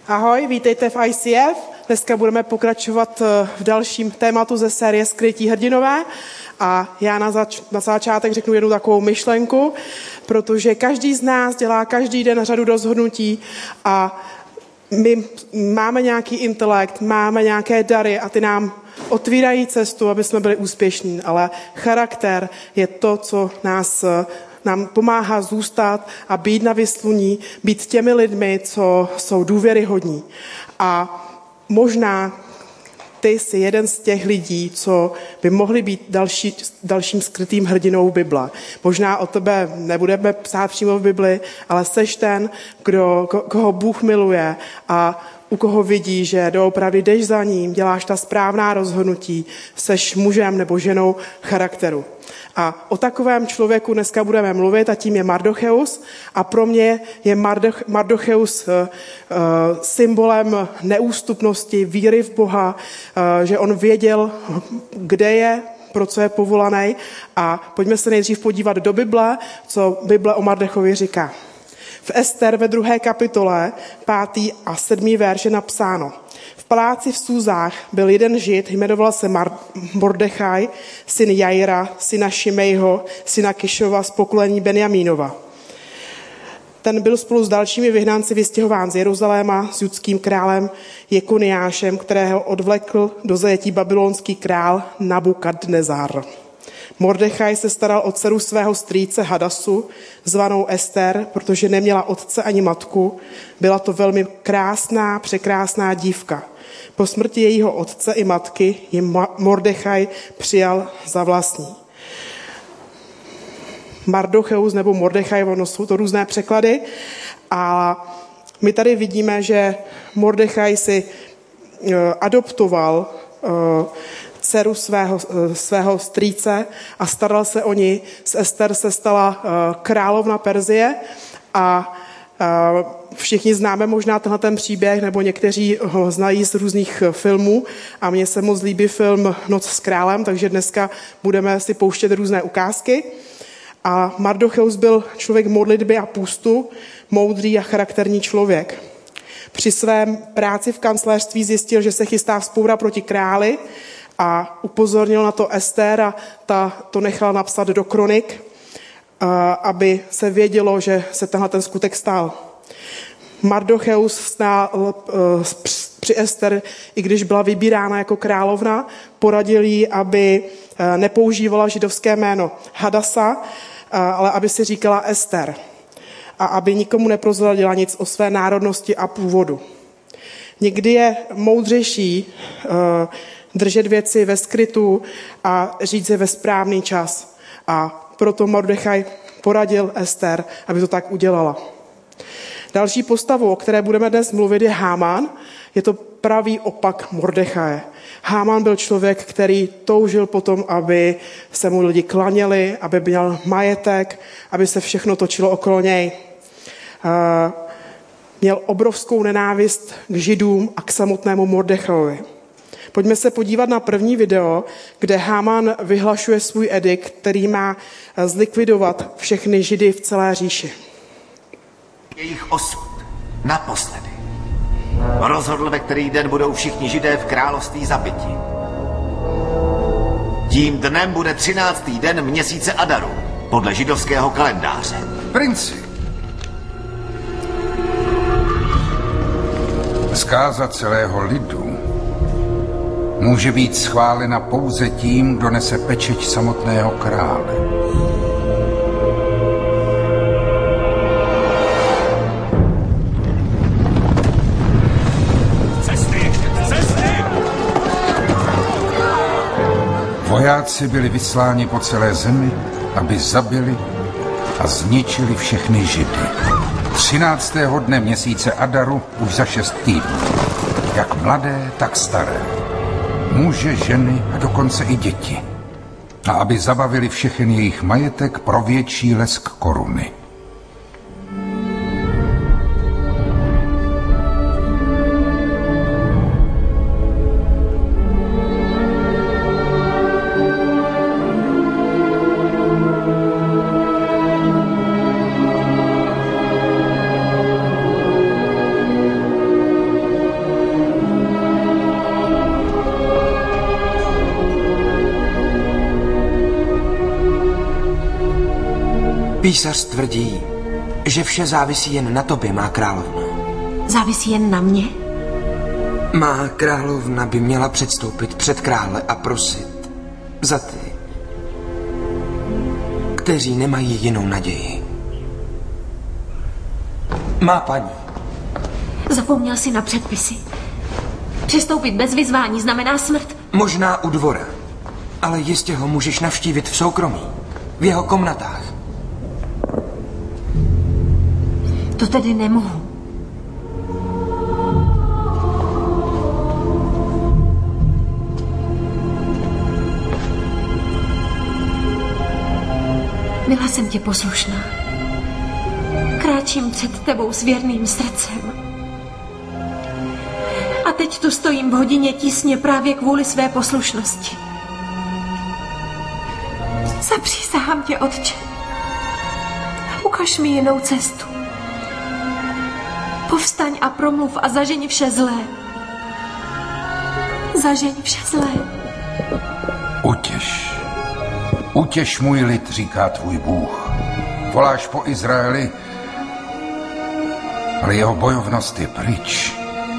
Ahoj, vítejte v ICF. Dneska budeme pokračovat v dalším tématu ze série Skrytí hrdinové. A já na začátek řeknu jednu takovou myšlenku, protože každý z nás dělá každý den řadu rozhodnutí a my máme nějaký intelekt, máme nějaké dary a ty nám otvírají cestu, aby jsme byli úspěšní, ale charakter je to, co nám pomáhá zůstat a být na vysluní, být těmi lidmi, co jsou důvěryhodní. A možná ty jsi jeden z těch lidí, co by mohli být dalším skrytým hrdinou Bible. Možná o tebe nebudeme psát přímo v Bibli, ale seš ten, koho Bůh miluje a u koho vidí, že doopravdy jdeš za ním, děláš ta správná rozhodnutí, seš mužem nebo ženou charakteru. A o takovém člověku dneska budeme mluvit a tím je Mardocheus. A pro mě je Mardocheus symbolem neústupnosti, víry v Boha, že on věděl, kde je, pro co je povolaný. A pojďme se nejdřív podívat do Bible, co Bible o Mardocheovi říká. V Ester ve 2. kapitole 5. a 7. verš je napsáno. V paláci v Suzách byl jeden Žid, jmenoval se Mordechaj, syn Jaira, syna Šimejho, syna Kišova z pokolení Benjamínova. Ten byl spolu s dalšími vyhnanci vystěhován z Jeruzaléma s judským králem Jekoniášem, kterého odvlekl do zajetí babylonský král Nabukadnezar. Mordechaj se staral o dceru svého strýce Hadasu, zvanou Ester, protože neměla otce ani matku. Byla to velmi krásná, překrásná dívka. Po smrti jejího otce i matky ji Mordechaj přijal za vlastní. Mardocheus nebo Mordechaj, ono jsou to různé překlady. A my tady vidíme, že Mordechaj si adoptoval dceru svého strýce a staral se o ní. Z Ester se stala královna Perzie a všichni známe možná tenhle příběh, nebo někteří ho znají z různých filmů a mně se moc líbí film Noc s králem, takže dneska budeme si pouštět různé ukázky. A Mardocheus byl člověk modlitby a půstu, moudrý a charakterní člověk. Při svém práci v kancléřství zjistil, že se chystá vzpoura proti králi a upozornil na to Ester a ta to nechala napsat do kronik, aby se vědělo, že se tenhle ten skutek stal. Mardocheus stál při Ester, i když byla vybírána jako královna, poradil jí, aby nepoužívala židovské jméno Hadasa, ale aby si říkala Ester a aby nikomu neprozradila nic o své národnosti a původu. Někdy je moudřejší držet věci ve skrytu a říct je ve správný čas. A proto Mordechaj poradil Ester, aby to tak udělala. Další postavou, o které budeme dnes mluvit, je Háman. Je to pravý opak Mordechaje. Háman byl člověk, který toužil potom, aby se mu lidi klaněli, aby měl majetek, aby se všechno točilo okolo něj. Měl obrovskou nenávist k Židům a k samotnému Mordechajovi. Pojďme se podívat na první video, kde Háman vyhlašuje svůj edikt, který má zlikvidovat všechny Židy v celé říši. Jejich osud naposledy rozhodl, ve který den budou všichni Židé v království zabiti. Tím dnem bude 13. den měsíce Adaru, podle židovského kalendáře. Princi, zkáza celého lidu může být schválena pouze tím, kdo nese pečeť samotného krále. Vojáci byli vysláni po celé zemi, aby zabili a zničili všechny Židy. 13. dne měsíce Adaru už za 6 týdnů. Jak mladé, tak staré. Muže, ženy a dokonce i děti. A aby zabavili všechen jejich majetek pro větší lesk koruny. Písař tvrdí, že vše závisí jen na tobě, má královna. Závisí jen na mě? Má královna by měla předstoupit před krále a prosit za ty, kteří nemají jinou naději. Má paní. Zapomněl si na předpisy. Přistoupit bez vyzvání znamená smrt. Možná u dvora, ale jistě ho můžeš navštívit v soukromí, v jeho komnatách. To tedy nemohu. Byla jsem tě poslušná. Kráčím před tebou s věrným srdcem. A teď tu stojím v hodině tísně právě kvůli své poslušnosti. Zapřísahám tě, otče. Ukaž mi jinou cestu. Povstaň a promluv a zažeň vše zlé. Zažeň vše zlé. Utěš můj lid, říká tvůj Bůh. Voláš po Izraeli, ale jeho bojovnost je pryč.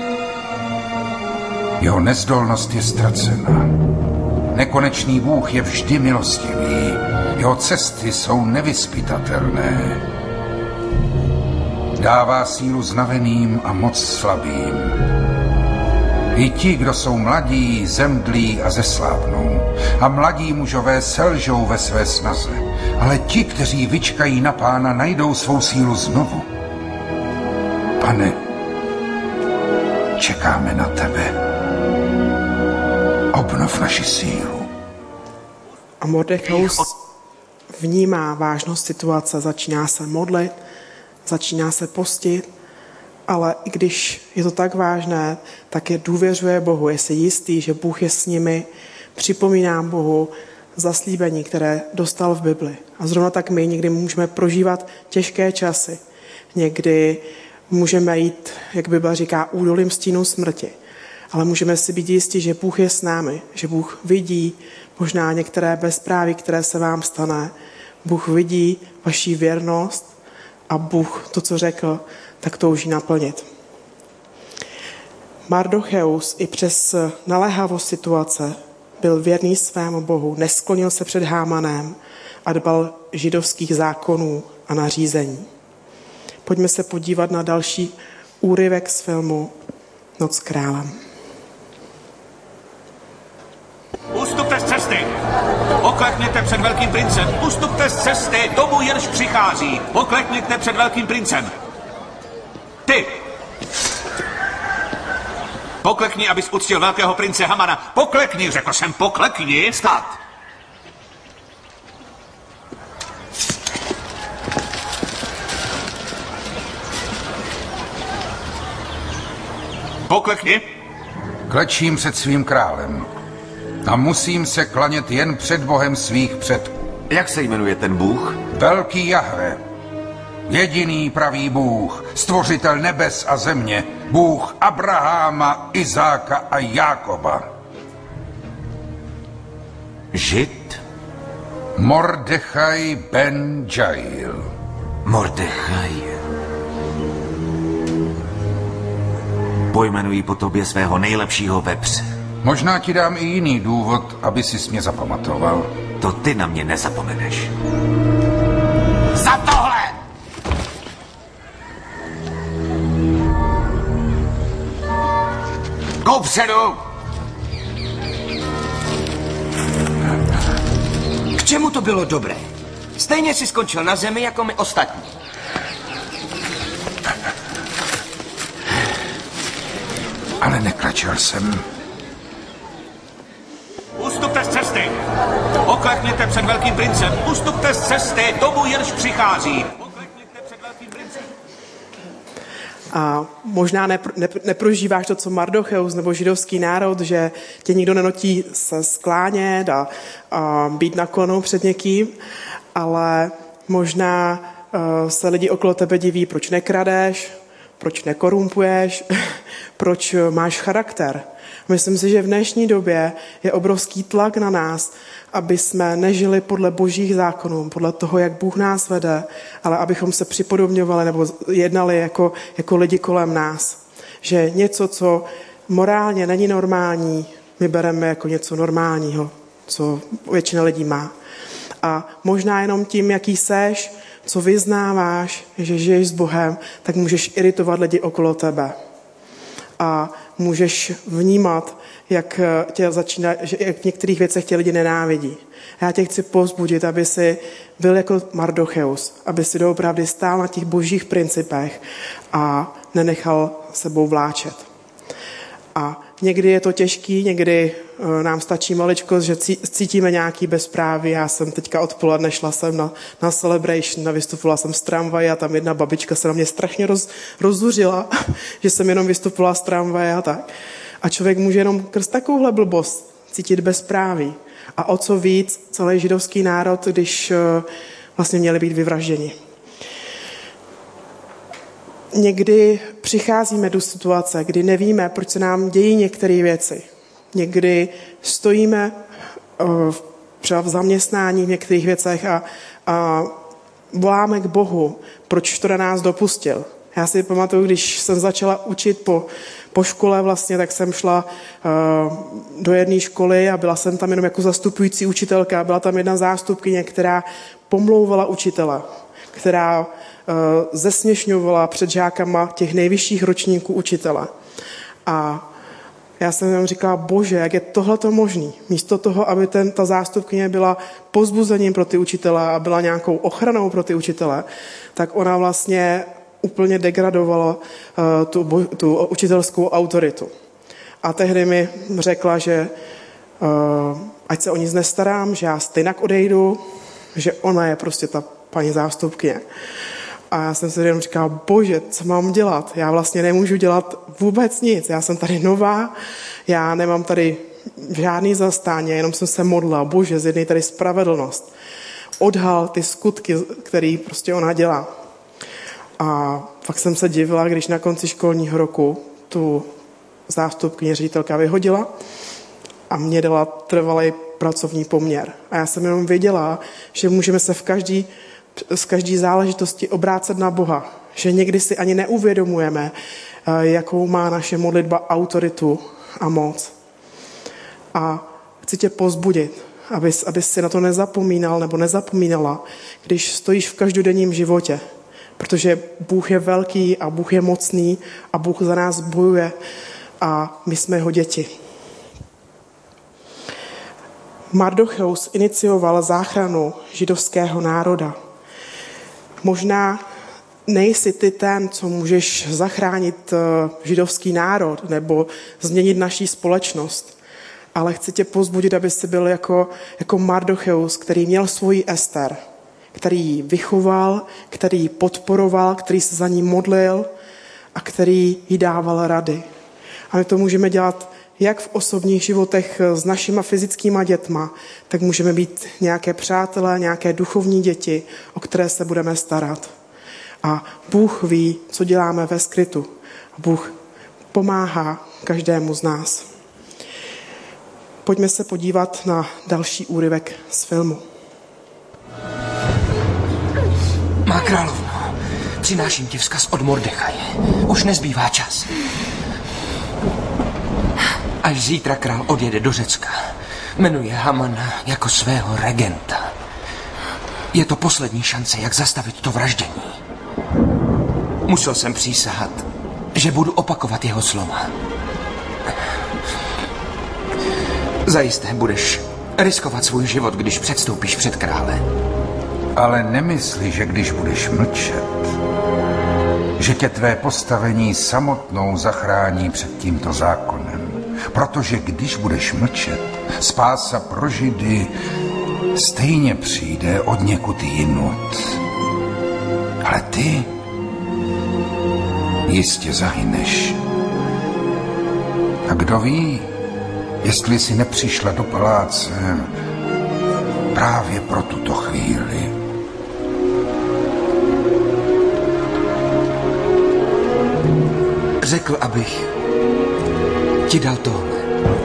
Jeho nezdolnost je ztracena. Nekonečný Bůh je vždy milostivý. Jeho cesty jsou nevyzpytatelné. Dává sílu znaveným a moc slabým. I ti, kdo jsou mladí, zemdlí a zeslábnou. A mladí mužové selžou ve své snaze. Ale ti, kteří vyčkají na Pána, najdou svou sílu znovu. Pane, čekáme na tebe. Obnov naši sílu. A Mordechaus vnímá vážnost situace, začíná se modlit, začíná se postit, ale i když je to tak vážné, tak je důvěřuje Bohu, je si jistý, že Bůh je s nimi, připomíná Bohu zaslíbení, které dostal v Bibli. A zrovna tak my někdy můžeme prožívat těžké časy. Někdy můžeme jít, jak Bible říká, údolím stínu smrti. Ale můžeme si být jistí, že Bůh je s námi, že Bůh vidí možná některé bezpráví, které se vám stane. Bůh vidí vaši věrnost a Bůh to, co řekl, tak touží naplnit. Mardocheus i přes naléhavost situace byl věrný svému Bohu, nesklonil se před Hámanem a dbal židovských zákonů a nařízení. Pojďme se podívat na další úryvek z filmu Noc krále. Ustupte z cesty! Poklekněte před velkým princem! Ustupte z cesty tomu, jenž přichází! Poklekněte před velkým princem! Ty! Poklekni, abys uctil velkého prince Hamana! Poklekni, řekl jsem, poklekni! Stát! Poklekni! Klečím před svým králem a musím se klanět jen před Bohem svých předků. Jak se jmenuje ten Bůh? Velký Jahve, jediný pravý Bůh, stvořitel nebes a země, Bůh Abraháma, Izáka a Jákoba. Žid? Mordechaj ben Jail. Mordechaj. Pojmenuji po tobě svého nejlepšího vepře. Možná ti dám i jiný důvod, aby sis mě zapamatoval. To ty na mě nezapomeneš. Za tohle! Kupředu! K čemu to bylo dobré? Stejně si skončil na zemi jako my ostatní. Ale neklečel jsem. Ustupte z cesty! Poklekněte před velkým princem! Ustupte z cesty tomu, jenž přichází! Poklekněte před velkým princem! A možná neprožíváš to, co Mardocheus nebo židovský národ, že tě nikdo nenotí se sklánět a být naklonou před někým, ale možná se lidi okolo tebe diví, proč nekradeš, proč nekorumpuješ, proč máš charakter. Myslím si, že v dnešní době je obrovský tlak na nás, aby jsme nežili podle božích zákonů, podle toho, jak Bůh nás vede, ale abychom se připodobňovali nebo jednali jako lidi kolem nás. Že něco, co morálně není normální, my bereme jako něco normálního, co většina lidí má. A možná jenom tím, jaký seš, co vyznáváš, že žiješ s Bohem, tak můžeš iritovat lidi okolo tebe. A můžeš vnímat, jak v některých věcech tě lidi nenávidí. Já tě chci povzbudit, aby si byl jako Mardocheus, aby si doopravdy stál na těch božích principech a nenechal sebou vláčet. A někdy je to těžký, někdy nám stačí maličkost, že cítíme nějaký bezpráví. Já jsem teďka odpoledne šla jsem na Celebration, vystupovala jsem z tramvaje a tam jedna babička se na mě strašně rozzuřila, že jsem jenom vystupovala z tramvaje a tak. A člověk může jenom krz takovouhle blbost cítit bezpráví. A o co víc celý židovský národ, když vlastně měli být vyvražděni. Někdy přicházíme do situace, kdy nevíme, proč se nám dějí některé věci. Někdy stojíme třeba v zaměstnání v některých věcech a voláme k Bohu, proč to na nás dopustil. Já si pamatuju, když jsem začala učit po škole vlastně, tak jsem šla do jedné školy a byla jsem tam jenom jako zastupující učitelka. Byla tam jedna zástupkyně, která pomlouvala učitele, která zesměšňovala před žákama těch nejvyšších ročníků učitele. A já jsem jenom říkala, Bože, jak je tohleto možný? Místo toho, aby ta zástupkyně byla povzbuzením pro ty učitele a byla nějakou ochranou pro ty učitele, tak ona vlastně úplně degradovala tu učitelskou autoritu. A tehdy mi řekla, že ať se o nic nestarám, že já stejnak odejdu, že ona je prostě ta paní zástupkyně. A já jsem si jenom říkala, Bože, co mám dělat? Já vlastně nemůžu dělat vůbec nic. Já jsem tady nová, já nemám tady žádný zastání, jenom jsem se modlila, Bože, zjednej tady spravedlnost. Odhal ty skutky, které prostě ona dělá. A pak jsem se divila, když na konci školního roku tu zástupkyně ředitelka vyhodila a mě dala trvalý pracovní poměr. A já jsem jenom věděla, že můžeme se z každé záležitosti obrácet na Boha. Že někdy si ani neuvědomujeme, jakou má naše modlitba autoritu a moc. A chci tě povzbudit, abys si na to nezapomínal nebo nezapomínala, když stojíš v každodenním životě. Protože Bůh je velký a Bůh je mocný a Bůh za nás bojuje a my jsme jeho děti. Mardocheus inicioval záchranu židovského národa. Možná nejsi ty ten, co můžeš zachránit židovský národ nebo změnit naší společnost, ale chci tě povzbudit, aby jsi byl jako Mardocheus, který měl svoji Ester, který ji vychoval, který ji podporoval, který se za ní modlil a který jí dával rady. A my to můžeme dělat jak v osobních životech s našima fyzickýma dětma, tak můžeme být nějaké přátelé, nějaké duchovní děti, o které se budeme starat. A Bůh ví, co děláme ve skrytu. Bůh pomáhá každému z nás. Pojďme se podívat na další úryvek z filmu. Má královno, přináším ti vzkaz od Mordechaje. Už nezbývá čas. Až zítra král odjede do Řecka, jmenuje Hamana jako svého regenta. Je to poslední šance, jak zastavit to vraždění. Musel jsem přísahat, že budu opakovat jeho slova. Zajisté budeš riskovat svůj život, když předstoupíš před krále. Ale nemysli, že když budeš mlčet, že tě tvé postavení samotnou zachrání před tímto zákonem. Protože když budeš mlčet, spása pro Židy stejně přijde od někud jinut. Ale ty jistě zahyneš. A kdo ví, jestli jsi nepřišla do paláce právě pro tuto chvíli. Řekl, abych ti dal tohle.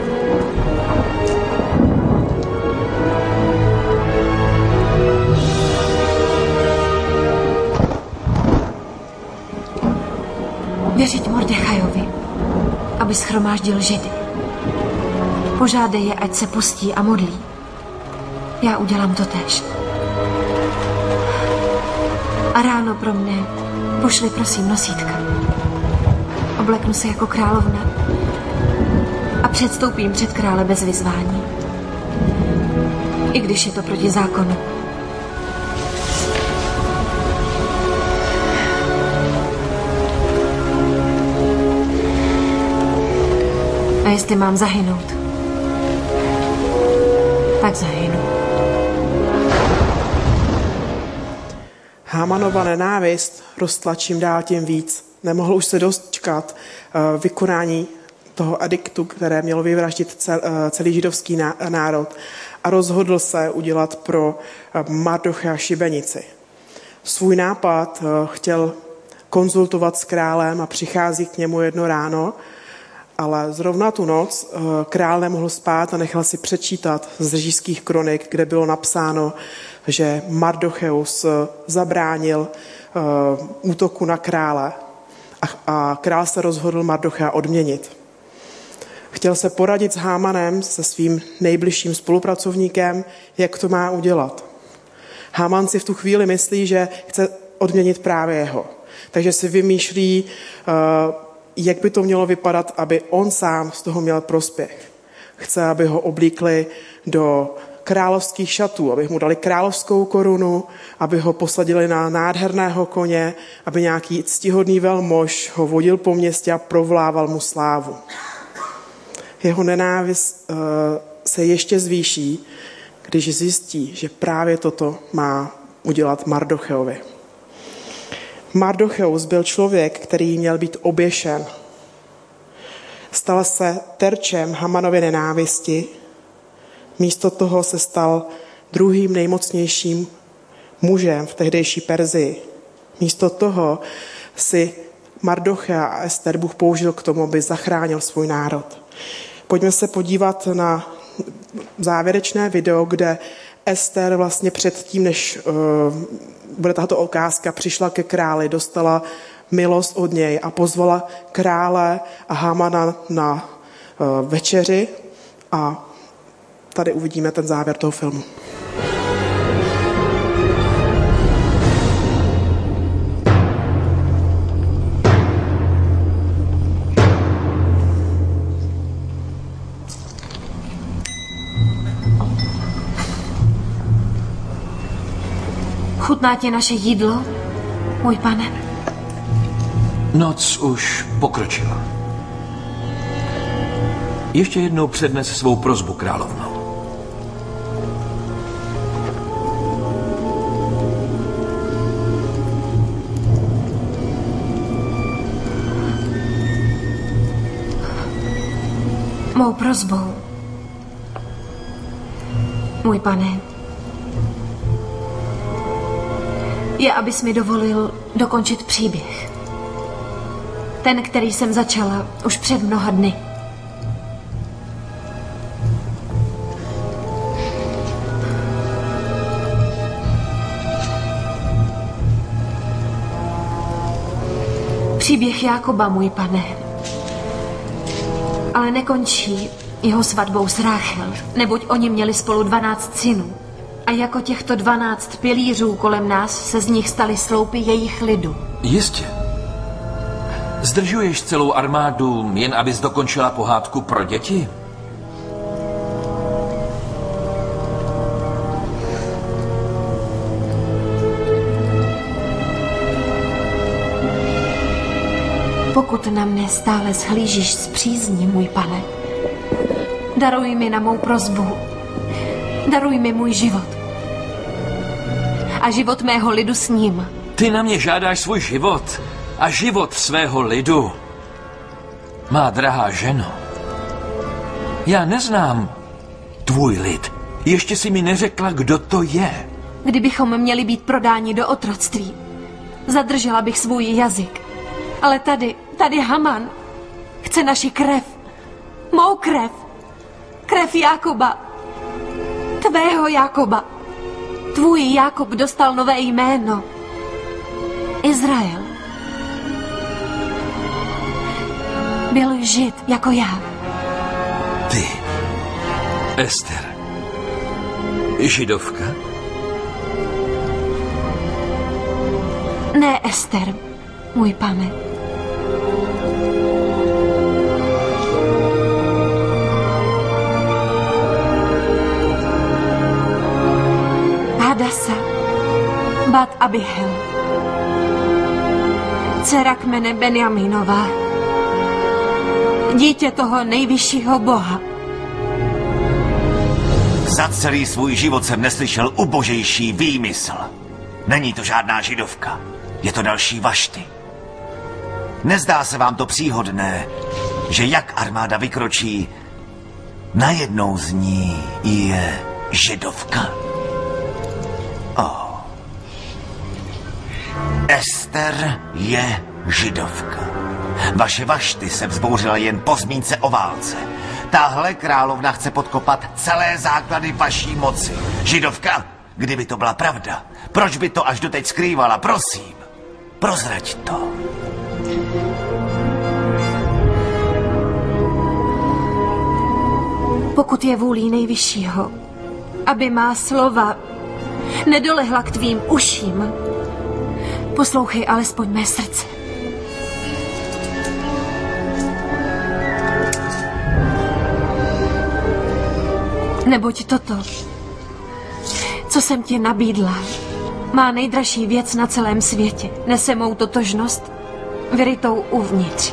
Věřiť Mordechajovi, aby shromáždil Židy. Požádej je, ať se postí a modlí. Já udělám to též. A ráno pro mne pošli prosím nosítka. Obleknu se jako královna a předstoupím před krále bez vyzvání. I když je to proti zákonu. A jestli mám zahynout, tak zahynu. Hamanova nenávist rostla čím dál tím víc. Nemohl už se dočkat vykonání toho ediktu, které mělo vyvraždit celý židovský národ, a rozhodl se udělat pro Mardocheja šibenici. Svůj nápad chtěl konzultovat s králem a přichází k němu jedno ráno, ale zrovna tu noc král nemohl spát a nechal si přečítat z říšských kronik, kde bylo napsáno, že Mardocheus zabránil útoku na krále a král se rozhodl Mardocheja odměnit. Chtěl se poradit s Hámanem, se svým nejbližším spolupracovníkem, jak to má udělat. Háman si v tu chvíli myslí, že chce odměnit právě jeho. Takže si vymýšlí, jak by to mělo vypadat, aby on sám z toho měl prospěch. Chce, aby ho oblíkli do královských šatů, aby mu dali královskou korunu, aby ho posadili na nádherného koně, aby nějaký ctihodný velmož ho vodil po městě a provlával mu slávu. Jeho nenávist se ještě zvýší, když zjistí, že právě toto má udělat Mardochejovi. Mardocheus byl člověk, který měl být oběšen. Stal se terčem Hamanovy nenávisti. Místo toho se stal druhým nejmocnějším mužem v tehdejší Perzii. Místo toho si Mardocheja a Ester Bůh použil k tomu, aby zachránil svůj národ. Pojďme se podívat na závěrečné video, kde Ester vlastně předtím, než bude tato ukázka, přišla ke králi, dostala milost od něj a pozvala krále a Hamana na večeři, a tady uvidíme ten závěr toho filmu. Chutná ti naše jídlo, můj pane? Noc už pokročila. Ještě jednou přednes svou prosbu, královno. Mou prosbou, můj pane, je, abys mi dovolil dokončit příběh. Ten, který jsem začala už před mnoha dny. Příběh Jákoba, můj pane. Ale nekončí jeho svatbou s Ráchel, neboť oni měli spolu 12 synů. A jako těchto 12 pilířů kolem nás se z nich staly sloupy jejich lidu. Jistě. Zdržuješ celou armádu, jen abys dokončila pohádku pro děti? Pokud na mne stále shlížíš s přízní, můj pane, daruj mi na mou prosbu. Daruj mi můj život. A život mého lidu s ním. Ty na mě žádáš svůj život a život svého lidu. Má drahá ženo, já neznám tvůj lid. Ještě si mi neřekla, kdo to je. Kdybychom měli být prodáni do otroctví, zadržela bych svůj jazyk. Ale Tady Haman chce naši krev. Mou krev. Krev Jákoba. Tvého Jákoba. Tvůj Jákob dostal nové jméno. Izrael. Byl Žid jako já. Ty, Ester, Židovka? Ne, Ester, můj pane. Hadasa, Bat Abihel, dcera kmene Benjamínová, dítě toho nejvyššího Boha. Za celý svůj život jsem neslyšel ubožejší výmysl. Není to žádná Židovka. Je to další Vašty. Nezdá se vám to příhodné, že jak armáda vykročí, najednou z ní je Židovka? Ester je Židovka. Vaše Vašty se vzbouřila jen po zmínce o válce. Tahle královna chce podkopat celé základy vaší moci. Židovka? Kdyby to byla pravda, proč by to až doteď skrývala? Prosím, prozrať to. Pokud je vůlí nejvyššího, aby má slova nedolehla k tvým uším, poslouchej alespoň mé srdce. Neboť toto, co jsem ti nabídla, má nejdražší věc na celém světě. Nese mou totožnost vyrytou uvnitř.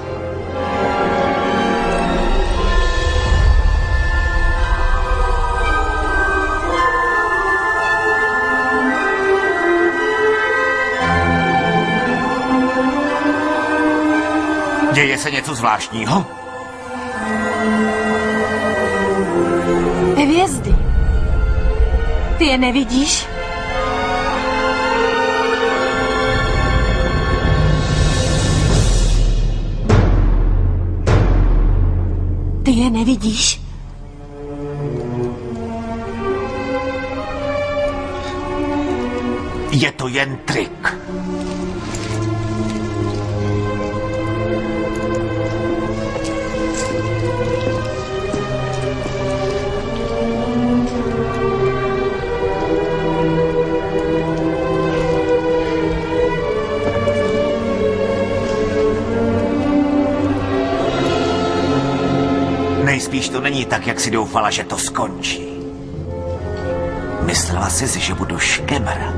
Děje se něco zvláštního? Hvězdy. Ty je nevidíš? Ty je nevidíš? Je to jen trik. Nejspíš to není tak, jak si doufala, že to skončí. Myslela jsi, že budu škemrat.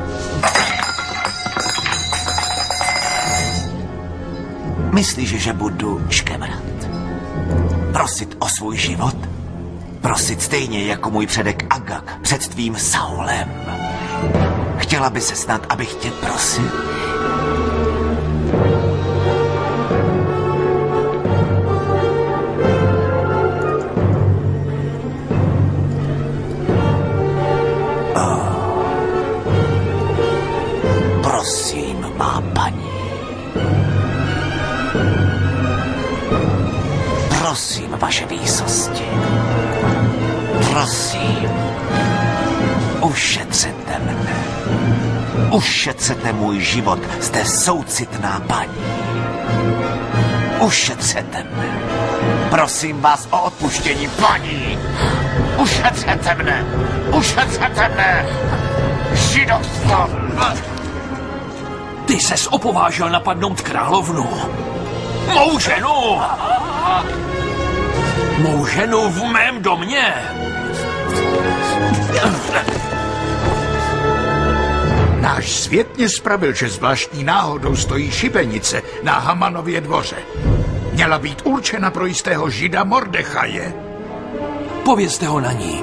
Myslíš, že budu škemrat? Prosit o svůj život? Prosit stejně jako můj předek Agag před tvým Saulem? Chtěla by se snad, abych tě prosil? Prosím, má paní. Prosím, vaše výsosti. Prosím, ušetřete mne. Ušetřete můj život, jste soucitná paní. Ušetřete mne. Prosím vás o odpuštění, paní. Ušetřete mne. Ušetřete mne. Židovstvo. Ty ses opovážil napadnout královnu. Mou ženu! Mou ženu v mém domě! Náš svět mě spravil, že zvláštní náhodou stojí šibenice na Hamanově dvoře. Měla být určena pro jistého Žida Mordechaje. Povězte ho na ní.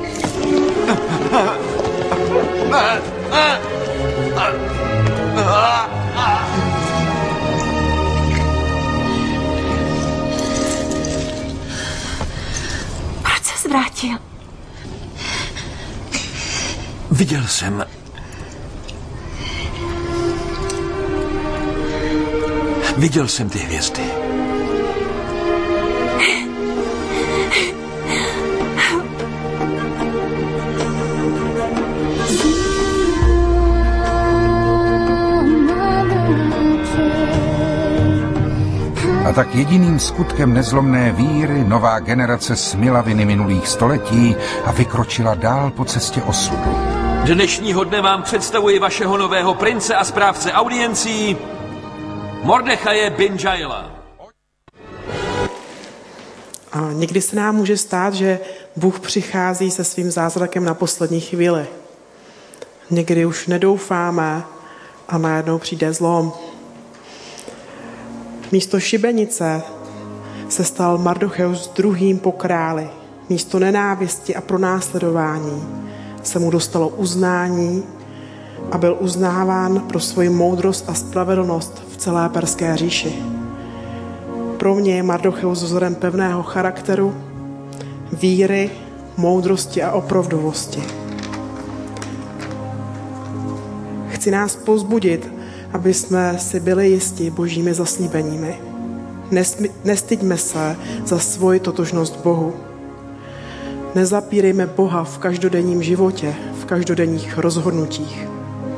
Proč se zvrátil? Viděl jsem ty hvězdy. tak jediným skutkem nezlomné víry nová generace smyla viny minulých století a vykročila dál po cestě osudu. Dnešního dne vám představuji vašeho nového prince a správce audiencí, Mordechaje bin Jaila. A někdy se nám může stát, že Bůh přichází se svým zázrakem na poslední chvíli. Někdy už nedoufáme a najednou přijde zlom. Místo šibenice se stal Mardocheus druhým po králi. Místo nenávisti a pronásledování se mu dostalo uznání a byl uznáván pro svoji moudrost a spravedlnost v celé perské říši. Pro mě je Mardocheus vzorem pevného charakteru, víry, moudrosti a opravdovosti. Chci nás povzbudit, aby jsme si byli jisti božími zaslíbeními. Nestyďme se za svoji totožnost Bohu. Nezapírejme Boha v každodenním životě, v každodenních rozhodnutích.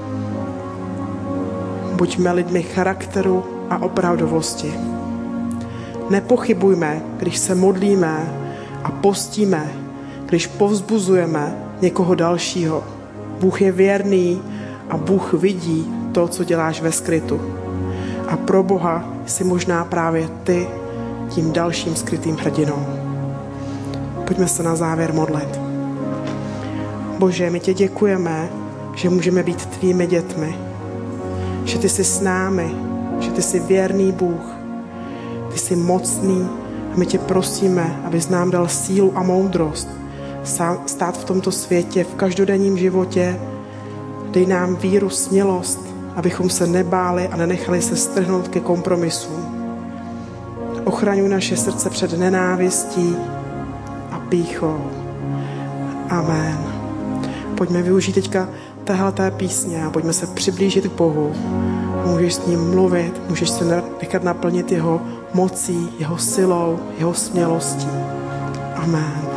Buďme lidmi charakteru a opravdovosti. Nepochybujme, když se modlíme a postíme, když povzbuzujeme někoho dalšího. Bůh je věrný a Bůh vidí to, co děláš ve skrytu. A pro Boha jsi možná právě ty tím dalším skrytým hrdinou. Pojďme se na závěr modlit. Bože, my tě děkujeme, že můžeme být tvými dětmi. Že ty jsi s námi, že ty jsi věrný Bůh. Ty jsi mocný a my tě prosíme, abys nám dal sílu a moudrost stát v tomto světě, v každodenním životě. Dej nám víru, smělost, abychom se nebáli a nenechali se strhnout ke kompromisům. Ochraňuj naše srdce před nenávistí a pýchou. Amen. Pojďme využít teďka téhleté písně a pojďme se přiblížit k Bohu. Můžeš s ním mluvit, můžeš se nechat naplnit jeho mocí, jeho silou, jeho smělostí. Amen.